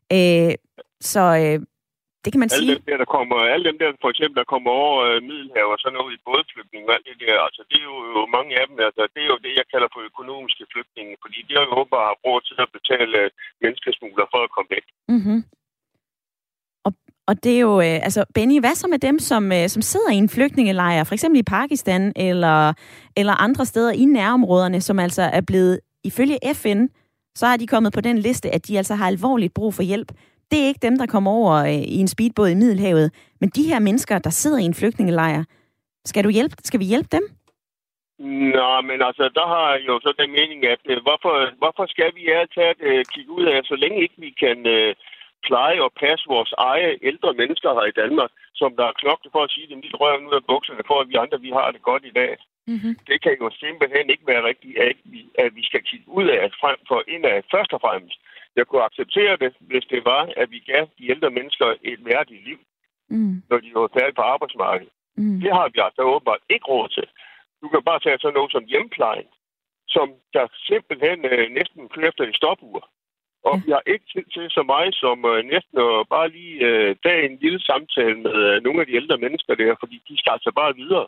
Det kan man sige. Alle dem der, for eksempel, der kommer over Middelhavet og sådan noget i bådflygtning og alt det der, altså det er jo mange af dem, altså det er jo det, jeg kalder for økonomiske flygtninge, fordi de har jo bare råd til at betale menneskesmugler for at komme væk. Mm-hmm. Og det er jo, Benny, hvad så med dem, som sidder i en flygtningelejr, for eksempel i Pakistan eller andre steder i nærområderne, som altså er blevet, ifølge FN, så har de kommet på den liste, at de altså har alvorligt brug for hjælp. det er ikke dem, der kommer over i en speedbåd i Middelhavet. Men de her mennesker, der sidder i en flygtningelejr, skal vi hjælpe dem? Nå, men altså, der har jo så den mening, at hvorfor skal vi kigge ud af, så længe ikke vi kan pleje og passe vores egne ældre mennesker her i Danmark, som der er knoklet for at sige dem lidt røven ud af bukserne, for at vi andre, vi har det godt i dag. Mm-hmm. Det kan jo simpelthen ikke være rigtigt, at vi skal kigge ud af frem for indad først og fremmest. Jeg kunne acceptere det, hvis det var, at vi gav de ældre mennesker et værdigt liv, når de var færdige på arbejdsmarkedet. Det har vi altså åbenbart ikke råd til. Du kan bare tage sådan noget som hjemplejen, som der simpelthen næsten kører efter en stopur. Og vi har ikke tid til så meget som næsten bare lige tage en lille samtale med nogle af de ældre mennesker der, fordi de skal altså bare videre.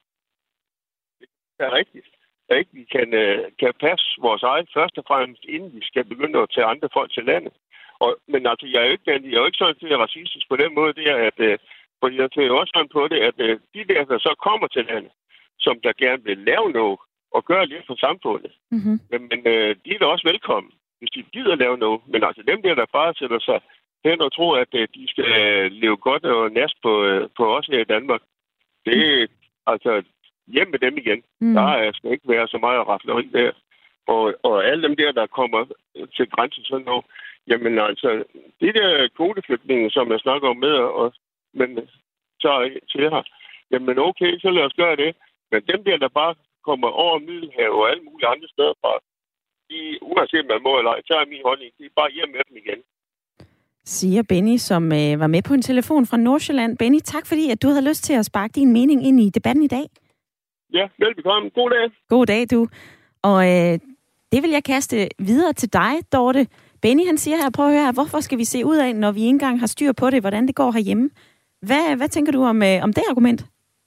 Det er rigtigt. At ikke vi kan passe vores eget først og fremmest, inden vi skal begynde at tage andre folk til landet. Men altså, jeg er jo ikke sådan til racistisk på den måde, det er, at fordi jeg tager jo også sådan på det, at de der så kommer til landet, som der gerne vil lave noget og gøre lidt for samfundet. Mm-hmm. Men de er da også velkommen, hvis de gider lave noget. Men altså dem der bare sætter sig hen og tror, at de skal leve godt og næst på os her i Danmark, det er altså hjem med dem igen. Der skal ikke være så meget rafleri der. Og alle dem der kommer til grænsen sådan noget, jamen altså, de der kvoteflygtninge, som jeg snakker om med, men så til her, jamen okay, så lad os gøre det. Men dem der bare kommer over Middelhavet og alle mulige andre steder fra, uanset man må eller ej, så er min holdning, de er bare hjem med dem igen. Siger Benny, som var med på en telefon fra Nordsjælland. Benny, tak fordi, at du havde lyst til at sparke din mening ind i debatten i dag. Ja, velbekomme. God dag. God dag, du. Og det vil jeg kaste videre til dig, Dorte. Benny, han siger her, prøv at høre her, hvorfor skal vi se ud af, når vi ikke engang har styr på det, hvordan det går herhjemme? Hvad tænker du om det argument?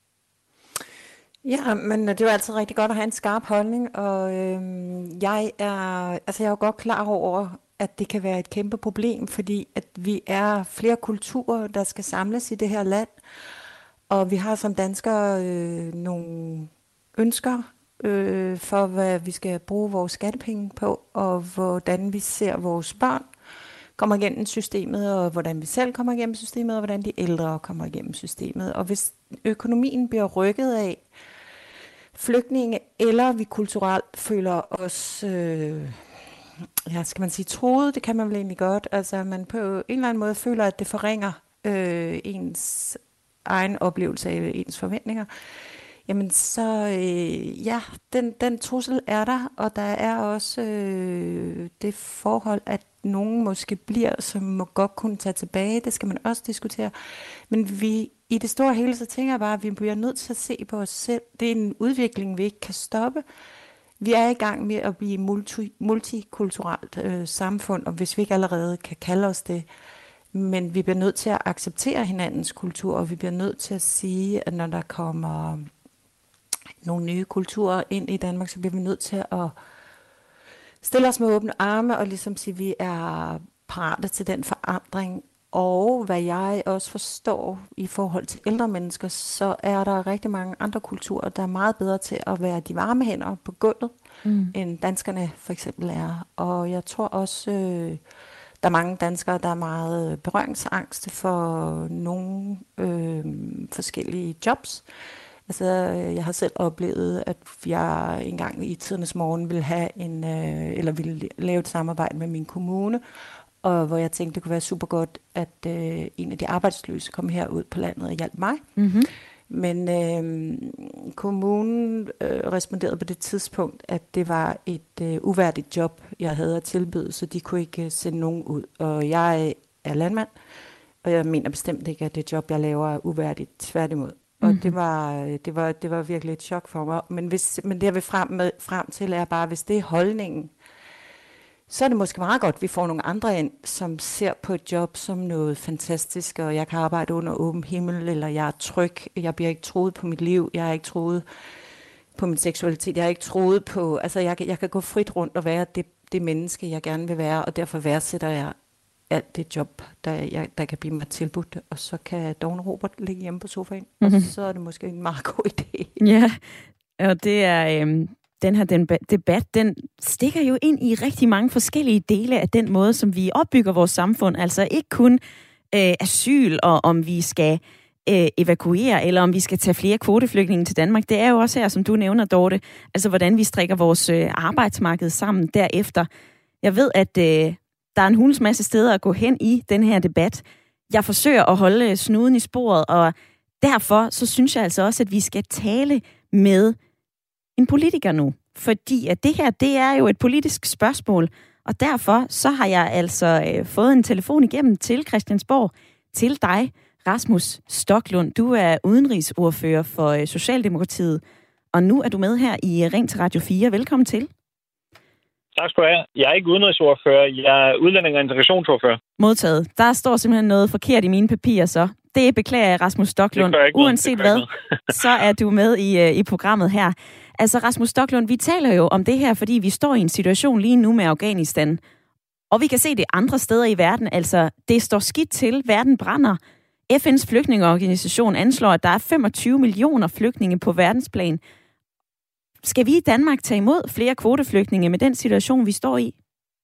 Ja, men det er jo altid rigtig godt at have en skarp holdning, og jeg er jo godt klar over, at det kan være et kæmpe problem, fordi at vi er flere kulturer, der skal samles i det her land, og vi har som danskere nogle ønsker for, hvad vi skal bruge vores skattepenge på, og hvordan vi ser vores børn kommer igennem systemet, og hvordan vi selv kommer igennem systemet, og hvordan de ældre kommer igennem systemet. Og hvis økonomien bliver rykket af flygtninge, eller vi kulturelt føler os, skal man sige troet, det kan man vel egentlig godt, altså man på en eller anden måde føler, at det forringer ens egen oplevelse af ens forventninger, jamen så, den trussel er der, og der er også det forhold, at nogen måske bliver, som må godt kunne tage tilbage, det skal man også diskutere. Men i det store hele, så tænker jeg bare, at vi bliver nødt til at se på os selv. Det er en udvikling, vi ikke kan stoppe. Vi er i gang med at blive multikulturelt samfund, og hvis vi ikke allerede kan kalde os det, men vi bliver nødt til at acceptere hinandens kultur, og vi bliver nødt til at sige, at når der kommer nogle nye kulturer ind i Danmark, så bliver vi nødt til at stille os med åbne arme og ligesom sige, at vi er parate til den forandring. Og hvad jeg også forstår i forhold til ældre mennesker, så er der rigtig mange andre kulturer, der er meget bedre til at være de varme hænder på gulvet, end danskerne for eksempel er. Og jeg tror også, der er mange danskere, der er meget berøringsangste for nogle forskellige jobs. Altså, jeg har selv oplevet, at jeg engang i tidernes morgen ville have ville lave et samarbejde med min kommune, og hvor jeg tænkte, det kunne være super godt, at en af de arbejdsløse kom herud på landet og hjalp mig. Mm-hmm. Men kommunen responderede på det tidspunkt, at det var et uværdigt job, jeg havde at tilbyde, så de kunne ikke sende nogen ud. Og jeg er landmand, og jeg mener bestemt ikke, at det job, jeg laver, er uværdigt, tværtimod. Og det var virkelig et chok for mig. Men det jeg vil frem til er bare, hvis det er holdningen, så er det måske meget godt, at vi får nogle andre ind, som ser på et job som noget fantastisk, og jeg kan arbejde under åben himmel, eller jeg er tryg, jeg bliver ikke troet på mit liv, jeg er ikke troet på min seksualitet, jeg er ikke troet på, altså jeg kan gå frit rundt og være det menneske, jeg gerne vil være, og derfor værdsætter jeg alt det job, der kan blive mig tilbudt, og så kan Dawn Robert ligge hjemme på sofaen, og så er det måske en meget god idé. Ja, og det den her debat, den stikker jo ind i rigtig mange forskellige dele af den måde, som vi opbygger vores samfund. Altså ikke kun asyl, og om vi skal evakuere, eller om vi skal tage flere kvoteflygtninge til Danmark. Det er jo også her, som du nævner, Dorte, altså hvordan vi strikker vores arbejdsmarked sammen derefter. Jeg ved, at der er en hulens masse steder at gå hen i den her debat. Jeg forsøger at holde snuden i sporet, og derfor så synes jeg altså også, at vi skal tale med en politiker nu. Fordi at det her, det er jo et politisk spørgsmål, og derfor så har jeg altså fået en telefon igennem til Christiansborg, til dig, Rasmus Stoklund. Du er udenrigsordfører for Socialdemokratiet, og nu er du med her i Ring til Radio 4. Velkommen til. Tak skal du have. Jeg er ikke udenrigsordfører, jeg er udlænding- og integrationsordfører. Modtaget. Der står simpelthen noget forkert i mine papirer så. Det beklager jeg, Rasmus Stoklund. Uanset hvad, så er du med i programmet her. Altså Rasmus Stoklund, vi taler jo om det her, fordi vi står i en situation lige nu med Afghanistan. Og vi kan se det andre steder i verden. Altså, det står skidt til. Verden brænder. FN's flygtningeorganisation anslår, at der er 25 millioner flygtninge på verdensplan. Skal vi i Danmark tage imod flere kvoteflygtninge med den situation, vi står i?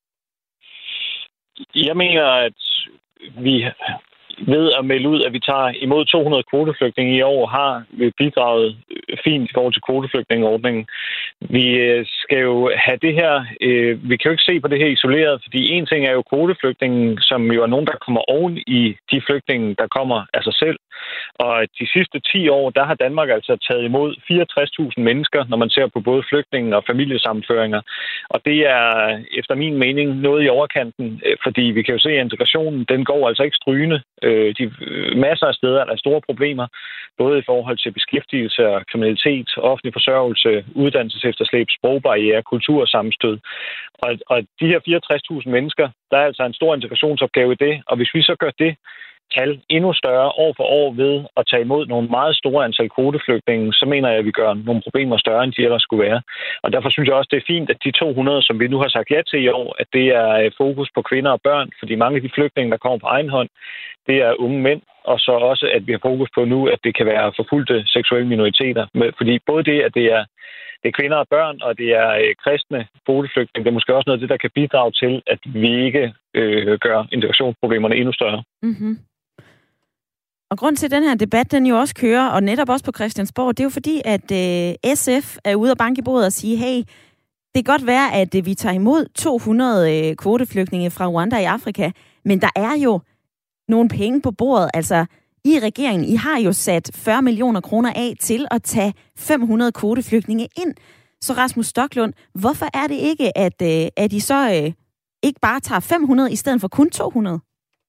Jeg mener, at vi ved at melde ud, at vi tager imod 200 kvoteflygtninge i år, har bidraget fint i forhold til kvoteflygtningeordningen. Vi skal jo have det her, vi kan jo ikke se på det her isoleret, fordi en ting er jo kvoteflygtningen, som jo er nogen, der kommer oven i de flygtninge, der kommer af sig selv. Og de sidste 10 år, der har Danmark altså taget imod 64.000 mennesker, når man ser på både flygtninge og familiesammenføringer. Og det er efter min mening noget i overkanten, fordi vi kan jo se, at integrationen, den går altså ikke strygende. De masser af steder der er store problemer, både i forhold til beskæftigelse og kriminalitet, offentlig forsørgelse, uddannelsesefterslæb, sprogbarriere, kultursammenstød. Og de her 64.000 mennesker, der er altså en stor integrationsopgave i det, og hvis vi så gør det tal endnu større år for år ved at tage imod nogle meget store antal kvoteflygtninge, så mener jeg, at vi gør nogle problemer større, end de ellers skulle være. Og derfor synes jeg også, det er fint, at de 200, som vi nu har sagt ja til i år, at det er fokus på kvinder og børn, fordi mange af de flygtninge, der kommer på egen hånd, det er unge mænd, og så også, at vi har fokus på nu, at det kan være forfulgte seksuelle minoriteter. Fordi både det, at det er kvinder og børn, og det er kristne kvoteflygtninge, det er måske også noget af det, der kan bidrage til, at vi ikke gør integrationsproblemerne endnu større. Mm-hmm. Og grund til, at den her debat, den jo også kører, og netop også på Christiansborg, det er jo fordi, at SF er ude og banke i bordet og sige, hey, det kan godt være, at vi tager imod 200 kvoteflygtninge fra Rwanda i Afrika, men der er jo nogle penge på bordet. Altså, i regeringen, I har jo sat 40 millioner kroner af til at tage 500 kvoteflygtninge ind. Så Rasmus Stoklund, hvorfor er det ikke, at I så ikke bare tager 500 i stedet for kun 200?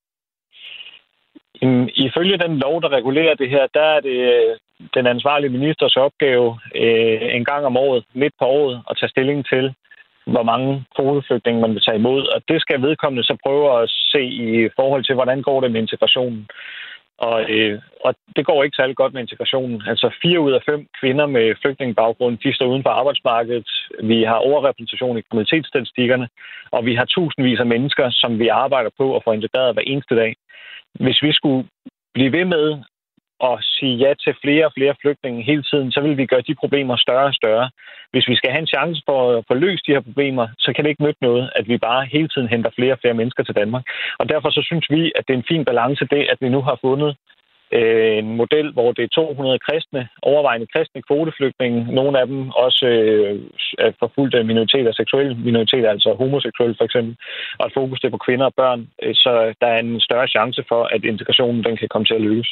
Ifølge den lov, der regulerer det her, der er det den ansvarlige ministers opgave en gang om året, midt på året, at tage stilling til, hvor mange kvoteflygtninge man vil tage imod. Og det skal vedkommende så prøve at se i forhold til, hvordan går det med integrationen. Og det går ikke særlig godt med integrationen. Altså 4 ud af 5 kvinder med flygtningebaggrund, de står uden for arbejdsmarkedet. Vi har overrepræsentation i kriminalitetsstatistikkerne, og vi har tusindvis af mennesker, som vi arbejder på at få integreret hver eneste dag. Hvis vi skulle blive ved med at sige ja til flere og flere flygtninge hele tiden, så vil vi gøre de problemer større og større. Hvis vi skal have en chance for at få løst de her problemer, så kan det ikke nytte noget, at vi bare hele tiden henter flere og flere mennesker til Danmark. Og derfor så synes vi, at det er en fin balance det, at vi nu har fundet en model, hvor det er 200 kristne, overvejende kristne kvoteflygtninge. Nogle af dem også er forfulgte minoriteter, seksuelle minoriteter, altså homoseksuelle for eksempel. Og et fokus det er på kvinder og børn, så der er en større chance for, at integrationen den kan komme til at lykkes.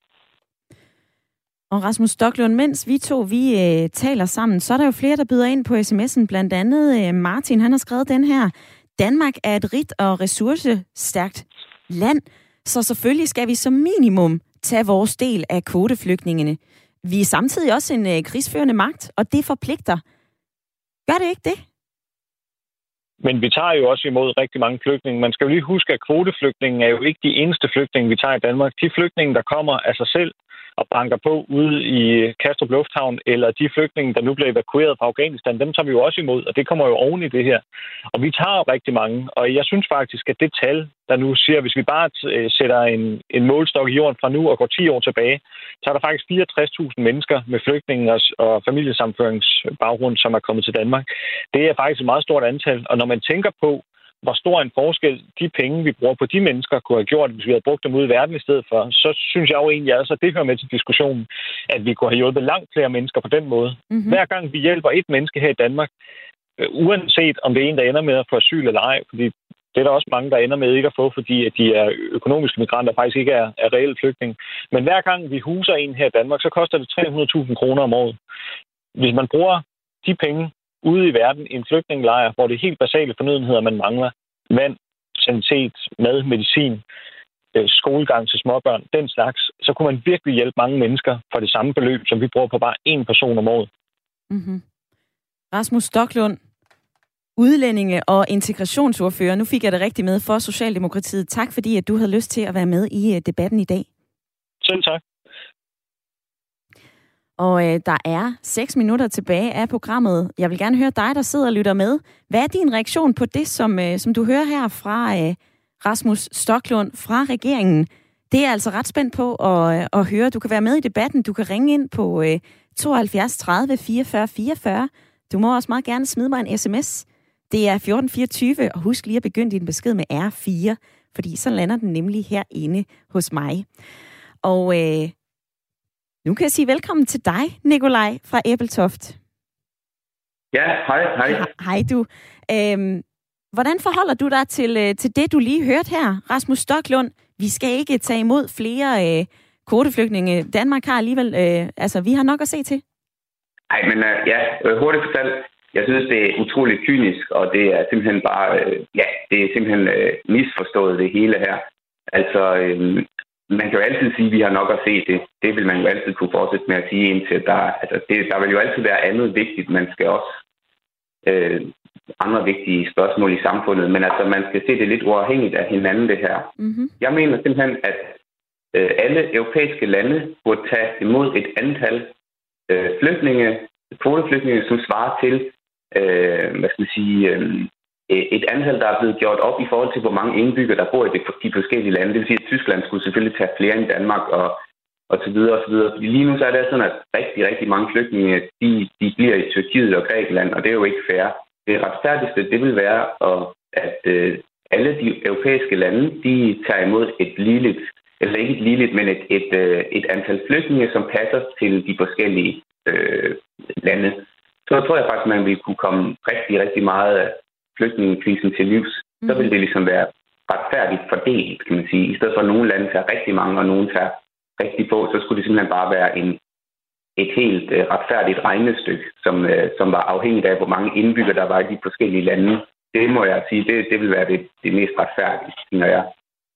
Og Rasmus Stoklund, mens vi taler sammen, så er der jo flere, der byder ind på sms'en. Blandt andet Martin, han har skrevet den her. Danmark er et rigt og ressourcestærkt land, så selvfølgelig skal vi som minimum tage vores del af kvoteflygtningene. Vi er samtidig også en krigsførende magt, og det forpligter. Gør det ikke det? Men vi tager jo også imod rigtig mange flygtninge. Man skal jo lige huske, at kvoteflygtninge er jo ikke de eneste flygtninge, vi tager i Danmark. De flygtninge, der kommer af sig selv, og banker på ude i Kastrup Lufthavn, eller de flygtninge, der nu bliver evakueret fra Afghanistan, dem tager vi jo også imod, og det kommer jo oven i det her. Og vi tager rigtig mange, og jeg synes faktisk, at det tal, der nu siger, hvis vi bare sætter en målstok i jorden fra nu og går 10 år tilbage, så er der faktisk 64.000 mennesker med flygtninge og familiesammenføringsbaggrund, som er kommet til Danmark. Det er faktisk et meget stort antal, og når man tænker på, hvor stor en forskel de penge, vi bruger på de mennesker, kunne have gjort, hvis vi havde brugt dem ude i verden i stedet for, så synes jeg jo egentlig, at det hører med til diskussionen, at vi kunne have hjulpet langt flere mennesker på den måde. Mm-hmm. Hver gang vi hjælper et menneske her i Danmark, uanset om det er en, der ender med at få asyl eller ej, fordi det er der også mange, der ender med ikke at få, fordi at de er økonomiske migranter, faktisk ikke er reelle flygtninge. Men hver gang vi huser en her i Danmark, så koster det 300.000 kroner om året. Hvis man bruger de penge ude i verden i en flygtningelejr, hvor det er helt basale fornødenheder, man mangler, vand, sanitet, mad, medicin, skolegang til småbørn, den slags, så kunne man virkelig hjælpe mange mennesker for det samme beløb, som vi bruger på bare én person om året. Mm-hmm. Rasmus Stoklund, udlændinge- og integrationsordfører. Nu fik jeg det rigtig med for Socialdemokratiet. Tak fordi, at du havde lyst til at være med i debatten i dag. Selv tak. Og der er 6 minutter tilbage af programmet. Jeg vil gerne høre dig, der sidder og lytter med. Hvad er din reaktion på det, som du hører her fra Rasmus Stoklund fra regeringen? Det er jeg altså ret spændt på at høre. Du kan være med i debatten. Du kan ringe ind på 72 30 44 44. Du må også meget gerne smide mig en sms. Det er 1424, og husk lige at begynde din besked med R4, fordi så lander den nemlig herinde hos mig. Og nu kan jeg sige velkommen til dig, Nikolaj fra Ebeltoft. Ja, hej. Hej du. Hvordan forholder du dig til det, du lige hørte her, Rasmus Stoklund? Vi skal ikke tage imod flere kvoteflygtninge. Danmark har alligevel, vi har nok at se til. Nej, men hurtigt fortalt, jeg synes, det er utroligt kynisk, og det er simpelthen bare, misforstået det hele her. Altså, man kan jo altid sige, at vi har nok at se det. Det vil man jo altid kunne fortsætte med at sige, indtil der vil jo altid være andet vigtigt. Man skal også andre vigtige spørgsmål i samfundet, men altså, man skal se det lidt uafhængigt af hinanden, det her. Mm-hmm. Jeg mener simpelthen, at alle europæiske lande burde tage imod et antal kvoteflygtninge, som svarer til, et antal, der er blevet gjort op i forhold til, hvor mange indbyggere, der bor i de forskellige lande. Det vil sige, at Tyskland skulle selvfølgelig tage flere end Danmark, og så videre, og så videre. Fordi lige nu så er det sådan, at rigtig, rigtig mange flygtninge, de bliver i Tyrkiet og Grækenland, og det er jo ikke fair. Det retfærdigste, det vil være, at alle de europæiske lande, de tager imod et ligeligt, eller ikke et ligeligt, men et antal flygtninge, som passer til de forskellige lande. Så tror jeg faktisk, man vil kunne komme rigtig, rigtig meget af flygtningekrisen til livs. Så vil det ligesom være retfærdigt fordelt, kan man sige. I stedet for, at nogle lande tager rigtig mange, og nogle tager rigtig få, så skulle det simpelthen bare være et helt retfærdigt regnestykke, som var afhængigt af, hvor mange indbyggere der var i de forskellige lande. Det må jeg sige, det vil være det mest retfærdige, tænker jeg.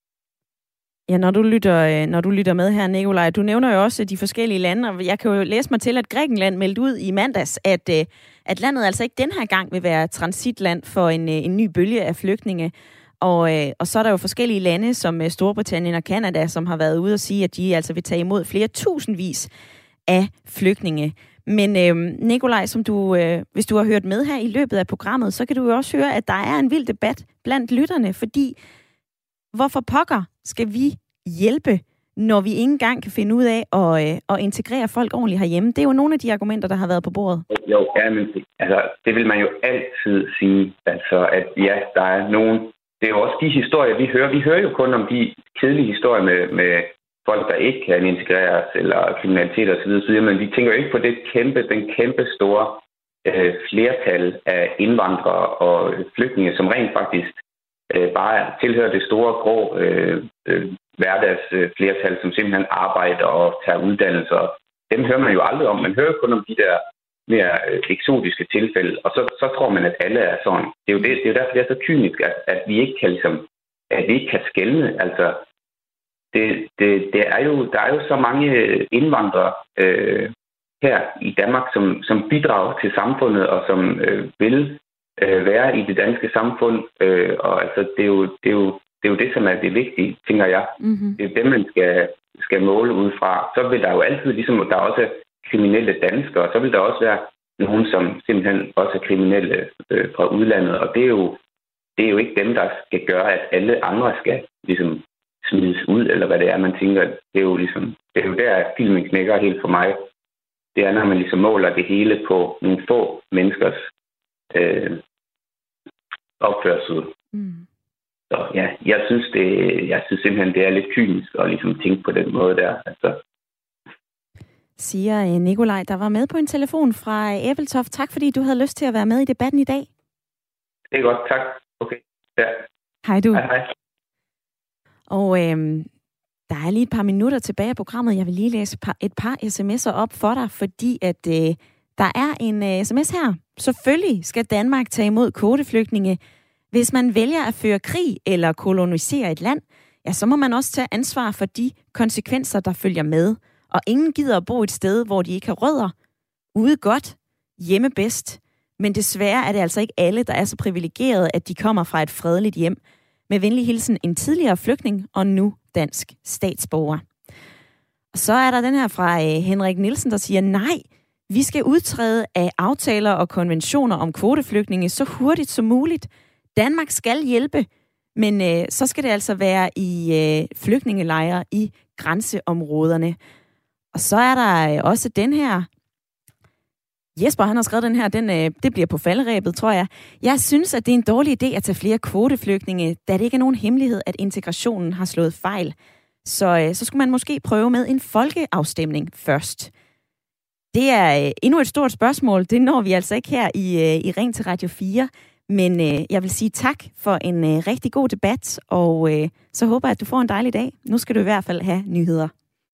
Ja, når du lytter med her, Nikolaj, du nævner jo også de forskellige lande, og jeg kan jo læse mig til, at Grækenland meldte ud i mandags, at landet altså ikke den her gang vil være transitland for en ny bølge af flygtninge. Og så er der jo forskellige lande, som Storbritannien og Canada, som har været ude og sige, at de altså vil tage imod flere tusindvis af flygtninge. Men Nikolaj, hvis du har hørt med her i løbet af programmet, så kan du jo også høre, at der er en vild debat blandt lytterne, fordi hvorfor pokker skal vi hjælpe, når vi ikke engang kan finde ud af at integrere folk ordentligt herhjemme? Det er jo nogle af de argumenter, der har været på bordet. Jo, ja, men det vil man jo altid sige. Altså, at ja, der er nogen. Det er jo også de historier, vi hører. Vi hører jo kun om de kedelige historier med folk, der ikke kan integreres, eller kriminalitet osv., men vi tænker jo ikke på den kæmpe store flertal af indvandrere og flygtninge, som rent faktisk bare tilhører det store grå hverdagsflertal, som simpelthen arbejder og tager uddannelser. Dem hører man jo aldrig om. Man hører kun om de der mere eksotiske tilfælde, og så tror man, at alle er sådan. Det er jo derfor, det er så kynisk, at vi ikke kan kan skelne. Altså, der er jo så mange indvandrere her i Danmark, som bidrager til samfundet, og som vil være i det danske samfund. Og altså, det er jo det, som er det vigtige, tænker jeg. Mm-hmm. Det er dem, man skal skal måle ud fra, så vil der jo altid, ligesom der også er kriminelle danskere, så vil der også være nogen, som simpelthen også er kriminelle fra udlandet, og det er jo ikke dem, der skal gøre, at alle andre skal ligesom smides ud, eller hvad det er, man tænker. Det er jo der, at filmen knækker helt for mig. Det er, når man ligesom måler det hele på nogle få menneskers opførsel. Så ja, jeg synes simpelthen, det er lidt kynisk at ligesom tænke på den måde der. Altså. Siger Nikolaj, der var med på en telefon fra Ebeltoft. Tak, fordi du havde lyst til at være med i debatten i dag. Det er godt, tak. Okay. Ja. Hej du. Hej. Og der er lige et par minutter tilbage af programmet. Jeg vil lige læse et par sms'er op for dig, fordi at der er en sms her. Selvfølgelig skal Danmark tage imod kvoteflygtninge. Hvis man vælger at føre krig eller kolonisere et land, ja, så må man også tage ansvar for de konsekvenser, der følger med. Og ingen gider at bo et sted, hvor de ikke har rødder. Ude godt, hjemme bedst. Men desværre er det altså ikke alle, der er så privilegerede, at de kommer fra et fredeligt hjem. Med venlig hilsen en tidligere flygtning og nu dansk statsborger. Og så er der den her fra Henrik Nielsen, der siger, nej, vi skal udtræde af aftaler og konventioner om kvoteflygtninge så hurtigt som muligt. Danmark skal hjælpe, men så skal det altså være i flygtningelejre i grænseområderne. Og så er der også den her. Jesper, han har skrevet den her, det bliver på falderebet, tror jeg. Jeg synes, at det er en dårlig idé at tage flere kvoteflygtninge, da det ikke er nogen hemmelighed, at integrationen har slået fejl. Så skulle man måske prøve med en folkeafstemning først. Det er endnu et stort spørgsmål. Det når vi altså ikke her i Ring til Radio 4. Men jeg vil sige tak for en rigtig god debat, og så håber jeg, at du får en dejlig dag. Nu skal du i hvert fald have nyheder.